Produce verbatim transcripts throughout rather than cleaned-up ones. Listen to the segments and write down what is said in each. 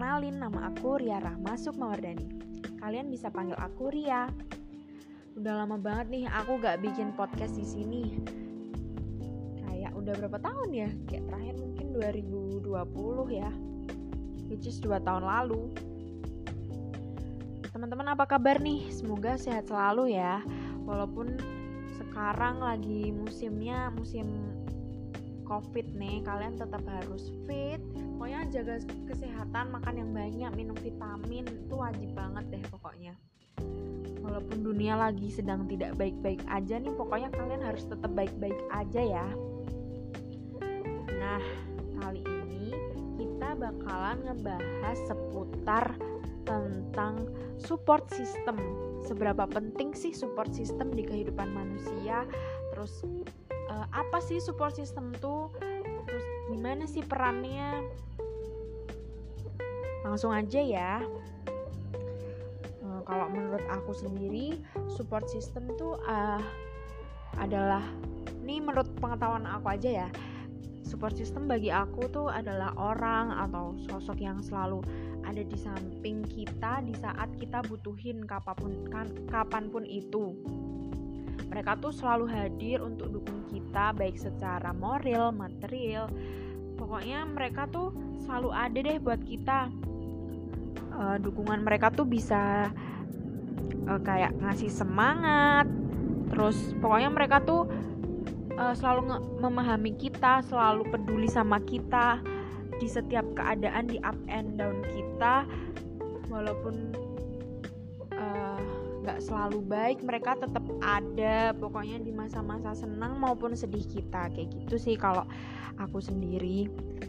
Kenalin, nama aku Ria Rahma Sukmawardani. Kalian bisa panggil aku Ria. Udah lama banget nih aku gak bikin podcast di sini. Kayak udah berapa tahun ya? Kayak terakhir mungkin dua ribu dua puluh ya. Which is dua tahun lalu. Teman-teman apa kabar nih? Semoga sehat selalu ya. Walaupun sekarang lagi musimnya musim Covid nih, kalian tetap harus fit. Pokoknya jaga kesehatan, makan yang banyak, minum vitamin, itu wajib banget deh pokoknya. Walaupun dunia lagi sedang tidak baik-baik aja nih, pokoknya kalian harus tetap baik-baik aja ya. Nah, kali ini kita bakalan ngebahas seputar tentang support system. Seberapa penting sih support system di kehidupan manusia? Terus uh, apa sih support system tuh? Terus gimana sih perannya? Langsung aja ya. Uh, kalau menurut aku sendiri, support system tuh uh, adalah, ini menurut pengetahuan aku aja ya, support system bagi aku tuh adalah orang atau sosok yang selalu ada di samping kita di saat kita butuhin kapanpun, kan, kapanpun itu. Mereka tuh selalu hadir untuk dukung kita, baik secara moral, material. Pokoknya mereka tuh selalu ada deh buat kita. Uh, dukungan mereka tuh bisa uh, kayak ngasih semangat. Terus pokoknya mereka tuh uh, selalu nge- memahami kita, selalu peduli sama kita di setiap keadaan, di up and down kita. Walaupun uh, gak selalu baik, mereka tetap ada pokoknya di masa-masa senang maupun sedih kita. Kayak gitu sih kalau aku sendiri.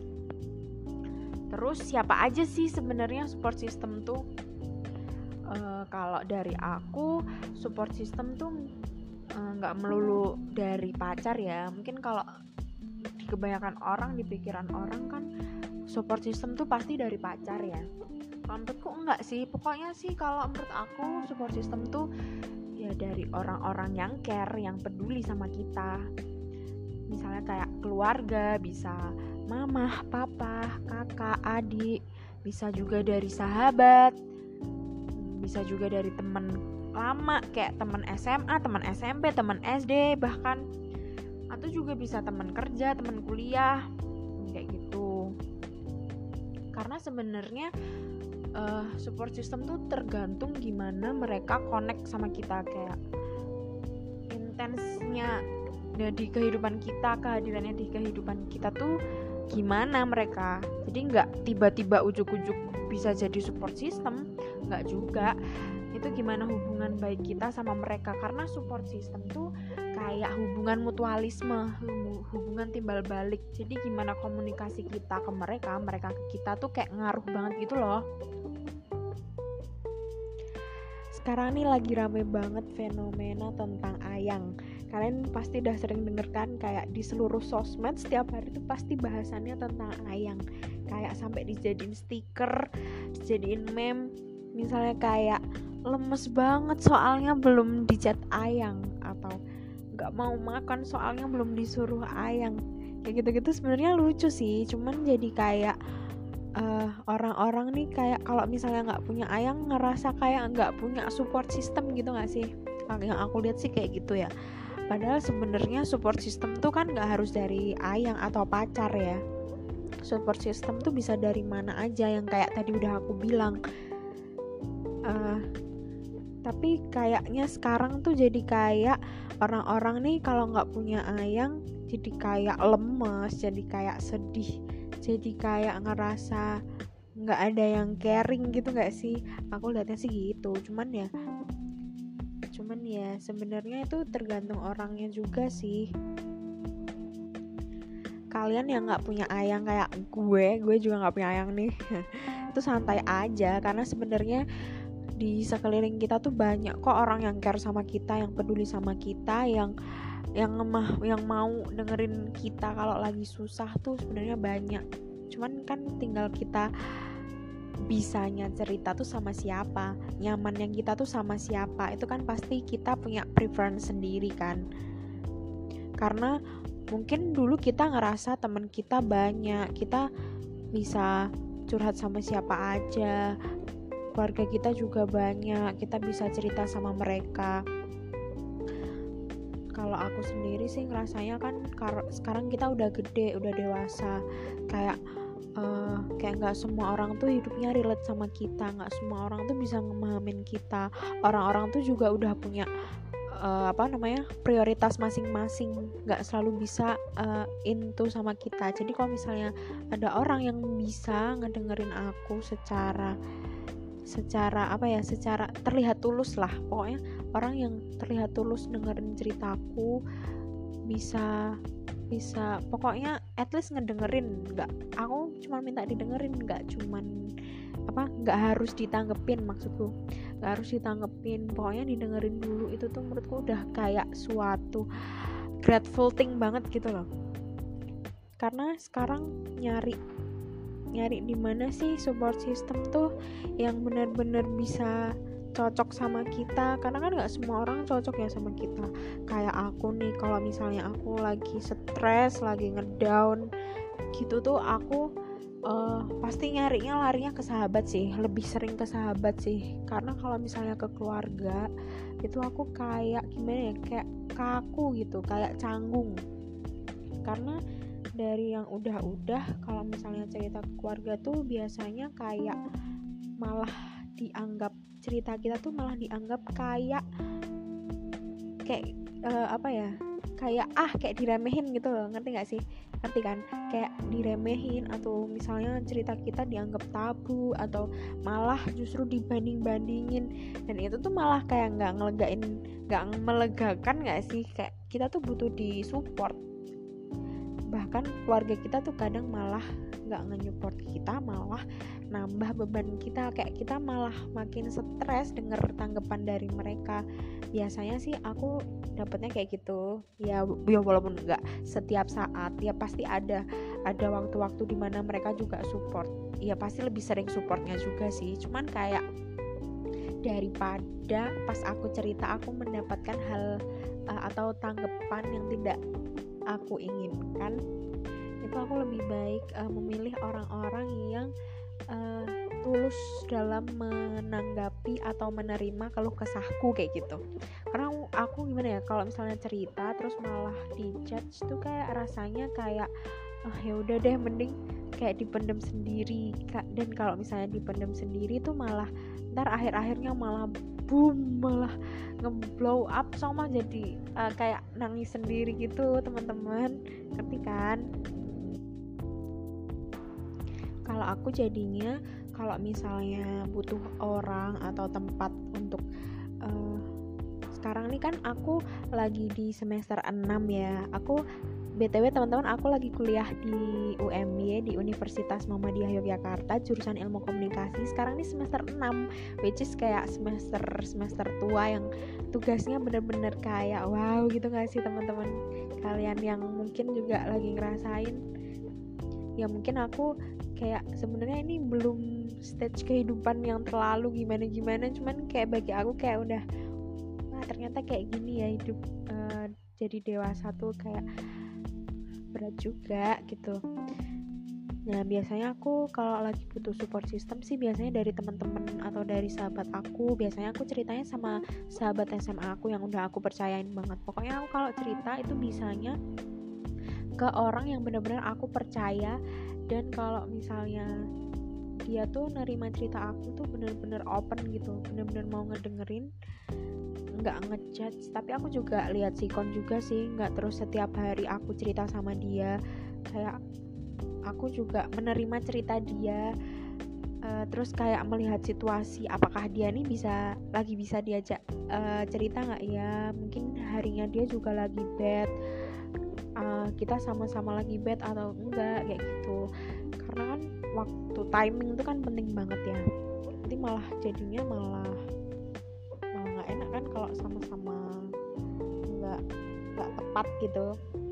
Terus siapa aja sih sebenarnya support system tuh? Uh, kalau dari aku, support system tuh uh, gak melulu dari pacar ya. Mungkin kalau di kebanyakan orang, di pikiran orang kan support system tuh pasti dari pacar ya. Kalau menurutku enggak sih. Pokoknya sih kalau menurut aku support system tuh ya dari orang-orang yang care, yang peduli sama kita. Misalnya kayak keluarga, bisa mama, papa, kakak, adik, bisa juga dari sahabat, bisa juga dari teman lama kayak teman S M A, teman S M P, teman S D bahkan, atau juga bisa teman kerja, teman kuliah, kayak gitu. Karena sebenarnya uh, support system tuh tergantung gimana mereka connect sama kita, kayak intensnya di kehidupan kita, kehadirannya di kehidupan kita tuh gimana mereka. Jadi nggak tiba-tiba ujuk-ujuk bisa jadi support system, nggak juga. Itu gimana hubungan baik kita sama mereka. Karena support system tuh kayak hubungan mutualisme, hubungan timbal balik. Jadi gimana komunikasi kita ke mereka, mereka ke kita tuh kayak ngaruh banget gitu loh. Sekarang nih lagi rame banget fenomena tentang ayang. Kalian pasti udah sering denger kan, kayak di seluruh sosmed setiap hari tuh pasti bahasannya tentang ayang. Kayak sampai dijadiin stiker, dijadiin meme. Misalnya kayak lemes banget soalnya belum dicat ayang, atau nggak mau makan soalnya belum disuruh ayang. Kayak gitu-gitu sebenarnya lucu sih, cuman jadi kayak uh, orang-orang nih kayak kalau misalnya nggak punya ayang ngerasa kayak nggak punya support system gitu nggak sih? Yang aku lihat sih kayak gitu ya. Padahal sebenarnya support system tuh kan nggak harus dari ayang atau pacar ya. Support system tuh bisa dari mana aja, yang kayak tadi udah aku bilang. Uh, tapi kayaknya sekarang tuh jadi kayak orang-orang nih kalau nggak punya ayang jadi kayak lemes, jadi kayak sedih, jadi kayak ngerasa nggak ada yang caring gitu nggak sih? Aku lihatnya sih gitu. Cuman ya, cuman ya sebenarnya itu tergantung orangnya juga sih. Kalian yang nggak punya ayang kayak gue, gue juga nggak punya ayang nih. Itu santai aja, karena sebenarnya di sekeliling kita tuh banyak kok orang yang care sama kita, yang peduli sama kita, yang yang ngemah, yang mau dengerin kita kalau lagi susah tuh sebenarnya banyak. Cuman kan tinggal kita bisanya cerita tuh sama siapa, nyamannya kita tuh sama siapa. Itu kan pasti kita punya preference sendiri kan. Karena mungkin dulu kita ngerasa teman kita banyak, kita bisa curhat sama siapa aja, keluarga kita juga banyak, kita bisa cerita sama mereka. Kalau aku sendiri sih ngerasanya kan kar- sekarang kita udah gede, udah dewasa, kayak uh, kayak nggak semua orang tuh hidupnya relate sama kita, nggak semua orang tuh bisa ngemahamin kita. Orang-orang tuh juga udah punya uh, apa namanya prioritas masing-masing, nggak selalu bisa uh, into sama kita. Jadi kalau misalnya ada orang yang bisa ngedengerin aku secara secara apa ya secara terlihat tulus lah, pokoknya orang yang terlihat tulus dengerin ceritaku, bisa bisa pokoknya at least ngedengerin, nggak aku cuma minta didengerin, nggak cuman apa nggak harus ditanggepin, maksudku nggak harus ditanggepin, pokoknya didengerin dulu. Itu tuh menurutku udah kayak suatu grateful thing banget gitu loh. Karena sekarang nyari nyari di mana sih support system tuh yang benar-benar bisa cocok sama kita, karena kan nggak semua orang cocok ya sama kita. Kayak aku nih, kalau misalnya aku lagi stres, lagi ngedown gitu tuh aku uh, pasti nyarinya larinya ke sahabat sih, lebih sering ke sahabat sih. Karena kalau misalnya ke keluarga itu aku kayak gimana ya, kayak kaku gitu, kayak canggung. Karena dari yang udah-udah kalau misalnya cerita ke keluarga tuh biasanya kayak malah dianggap cerita kita tuh malah dianggap kayak kayak uh, apa ya kayak ah kayak diremehin gitu loh, ngerti gak sih? Ngerti kan? Kayak diremehin, atau misalnya cerita kita dianggap tabu, atau malah justru dibanding-bandingin, dan itu tuh malah kayak nggak ngelegain, nggak melegakan gak sih? Kayak kita tuh butuh di support. Bahkan keluarga kita tuh kadang malah nggak nge-support kita, malah nambah beban kita, kayak kita malah makin stres denger tanggapan dari mereka. Biasanya sih aku dapetnya kayak gitu ya, ya walaupun nggak setiap saat ya, pasti ada ada waktu-waktu dimana mereka juga support ya, pasti lebih sering supportnya juga sih. Cuman kayak daripada pas aku cerita aku mendapatkan hal uh, atau tanggapan yang tidak aku inginkan, itu aku lebih baik uh, memilih orang-orang yang uh, tulus dalam menanggapi atau menerima keluh kesahku kayak gitu. Karena aku gimana ya, kalau misalnya cerita terus malah dijudge tuh kayak rasanya kayak ah ya udah deh, mending kayak dipendam sendiri. Dan kalau misalnya dipendam sendiri tuh malah ntar akhir-akhirnya malah boom, malah ngeblow up sama jadi uh, kayak nangis sendiri gitu teman-teman, ngerti kan? Kalau aku jadinya kalau misalnya butuh orang atau tempat untuk uh, sekarang nih kan aku lagi di semester enam ya, aku B T W teman-teman, aku lagi kuliah di U M Y, di Universitas Muhammadiyah Yogyakarta, jurusan Ilmu Komunikasi. Sekarang ini semester enam, which is kayak semester semester tua yang tugasnya bener-bener kayak wow gitu gak sih teman-teman? Kalian yang mungkin juga lagi ngerasain, ya mungkin aku kayak sebenarnya ini belum stage kehidupan yang terlalu gimana-gimana, cuman kayak bagi aku kayak udah, wah ternyata kayak gini ya hidup, uh, jadi dewasa tuh kayak berat juga gitu. Nah biasanya aku kalau lagi butuh support system sih biasanya dari teman-teman atau dari sahabat aku. Biasanya aku ceritanya sama sahabat S M A aku yang udah aku percayain banget. Pokoknya aku kalau cerita itu bisanya ke orang yang benar-benar aku percaya, dan kalau misalnya dia tuh nerima cerita aku tuh benar-benar open gitu, benar-benar mau ngedengerin, nggak ngejudge. Tapi aku juga lihat sikon juga sih, nggak terus setiap hari aku cerita sama dia. Kayak aku juga menerima cerita dia, uh, terus kayak melihat situasi, apakah dia nih bisa lagi bisa diajak uh, cerita nggak ya, mungkin harinya dia juga lagi bad, uh, kita sama-sama lagi bad atau enggak kayak gitu. Karena kan waktu timing itu kan penting banget ya, nanti malah jadinya malah nggak enak kan kalau sama-sama nggak nggak tepat gitu.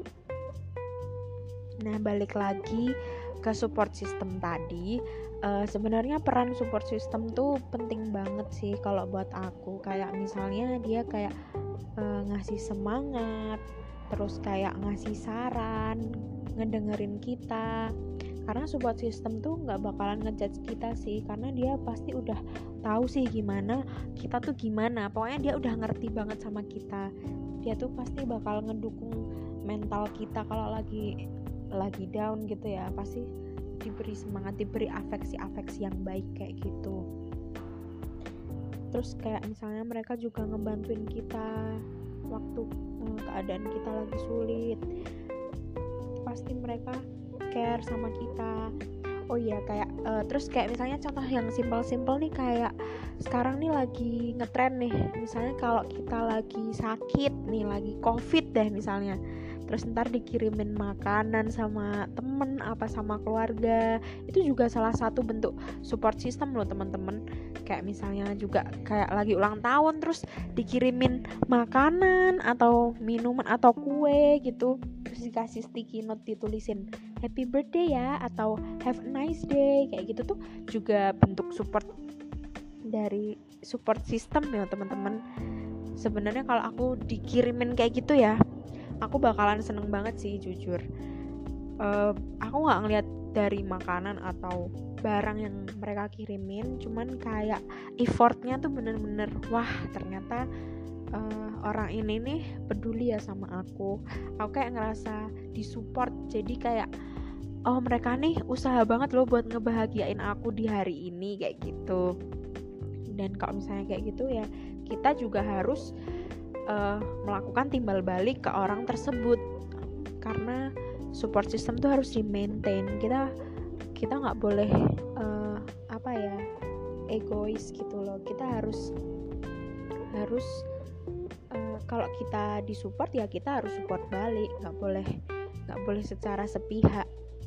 Nah balik lagi ke support system tadi, uh, sebenarnya peran support system tuh penting banget sih kalau buat aku. Kayak misalnya dia kayak uh, ngasih semangat, terus kayak ngasih saran, ngedengerin kita. Karena support system tuh nggak bakalan ngejudge kita sih, karena dia pasti udah tahu sih gimana kita tuh gimana. Pokoknya dia udah ngerti banget sama kita. Dia tuh pasti bakal ngedukung mental kita kalau lagi lagi down gitu ya. Pasti diberi semangat, diberi afeksi-afeksi yang baik kayak gitu. Terus kayak misalnya mereka juga ngebantuin kita waktu eh, keadaan kita lagi sulit. Pasti mereka care sama kita. Oh iya kayak uh, terus kayak misalnya contoh yang simpel-simpel nih, kayak sekarang nih lagi ngetren nih, misalnya kalau kita lagi sakit nih, lagi covid deh misalnya, terus ntar dikirimin makanan sama temen apa sama keluarga, itu juga salah satu bentuk support system loh teman-teman. Kayak misalnya juga kayak lagi ulang tahun terus dikirimin makanan atau minuman atau kue gitu, terus dikasih sticky note ditulisin happy birthday ya atau have a nice day, kayak gitu tuh juga bentuk support dari support system ya teman-teman. Sebenarnya kalau aku dikirimin kayak gitu ya, aku bakalan seneng banget sih jujur. uh, aku nggak ngeliat dari makanan atau barang yang mereka kirimin, cuman kayak effortnya tuh bener-bener wah ternyata uh, orang ini nih peduli ya sama aku. Aku kayak ngerasa disupport, jadi kayak oh mereka nih usaha banget loh buat ngebahagiain aku di hari ini kayak gitu. Dan kalau misalnya kayak gitu ya kita juga harus uh, melakukan timbal balik ke orang tersebut, karena support system tuh harus di maintain. Kita kita nggak boleh uh, apa ya egois gitu loh. Kita harus harus uh, kalau kita disupport ya kita harus support balik, nggak boleh nggak boleh secara sepihak.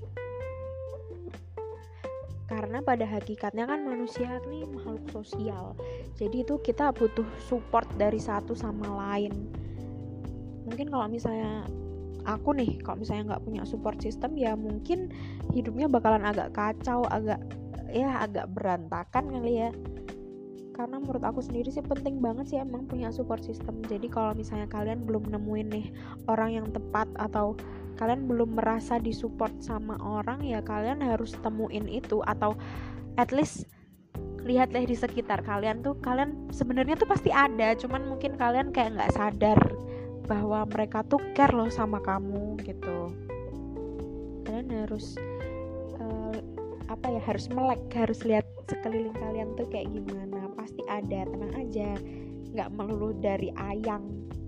Karena pada hakikatnya kan manusia ini makhluk sosial, jadi itu kita butuh support dari satu sama lain. Mungkin kalau misalnya aku nih, kalau misalnya nggak punya support system ya mungkin hidupnya bakalan agak kacau, agak ya agak berantakan kali ya. Karena menurut aku sendiri sih penting banget sih emang punya support system. Jadi kalau misalnya kalian belum nemuin nih orang yang tepat, atau kalian belum merasa disupport sama orang, ya kalian harus temuin itu, atau at least lihat-lihat di sekitar kalian tuh, kalian sebenarnya tuh pasti ada, cuman mungkin kalian kayak nggak sadar bahwa mereka tuh care loh sama kamu gitu. Kalian harus uh, apa ya harus melek, harus lihat sekeliling kalian tuh kayak gimana, pasti ada, tenang aja, nggak melulu dari ayang.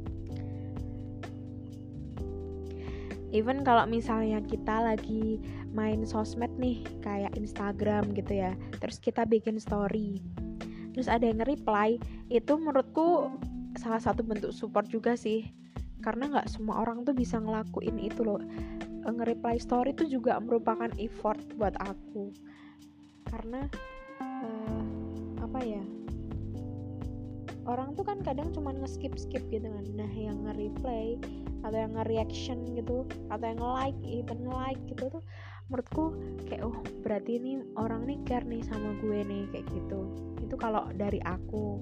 Even kalau misalnya kita lagi main sosmed nih kayak Instagram gitu ya, terus kita bikin story, terus ada yang nge-reply, itu menurutku salah satu bentuk support juga sih. Karena gak semua orang tuh bisa ngelakuin itu loh. Nge-reply story itu juga merupakan effort buat aku. Karena uh, apa ya, orang tuh kan kadang cuma nge-skip-skip gitu kan. Nah yang nge-reply atau yang nge-reaction gitu, atau yang nge-like, even nge-like gitu tuh menurutku kayak oh berarti ini orang nih care nih sama gue nih, kayak gitu. Itu kalau dari aku.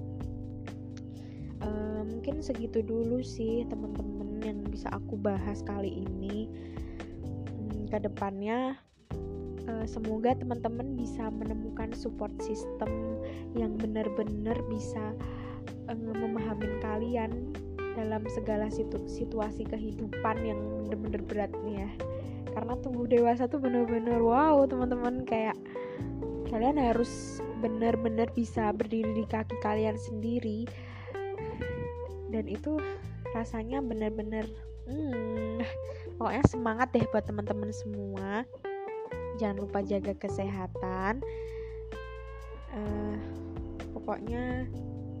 Uh, mungkin segitu dulu sih teman-teman yang bisa aku bahas kali ini. Hmm, kedepannya uh, semoga teman-teman bisa menemukan support system yang benar-benar bisa uh, memahami kalian dalam segala situ- situasi kehidupan yang benar-benar berat nih ya. Karena tumbuh dewasa tuh benar-benar wow teman-teman, kayak kalian harus benar-benar bisa berdiri di kaki kalian sendiri. Dan itu rasanya benar-benar hmm, pokoknya semangat deh buat teman-teman semua. Jangan lupa jaga kesehatan. Uh, pokoknya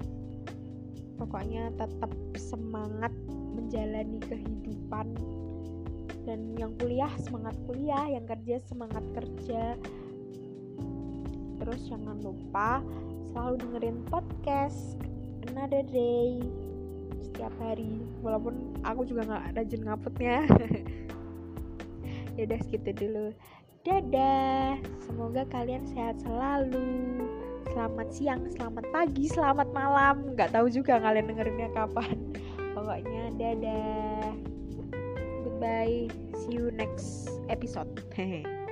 pokoknya tetap semangat menjalani kehidupan. Dan yang kuliah semangat kuliah, yang kerja semangat kerja. Terus jangan lupa selalu dengerin podcast Another Day setiap hari, walaupun aku juga gak rajin nguploadnya. Yaudah segitu dulu, dadah, semoga kalian sehat selalu. Selamat siang, selamat pagi, selamat malam, gak tahu juga kalian dengerinnya kapan. Pokoknya dadah, goodbye, see you next episode. Hehe.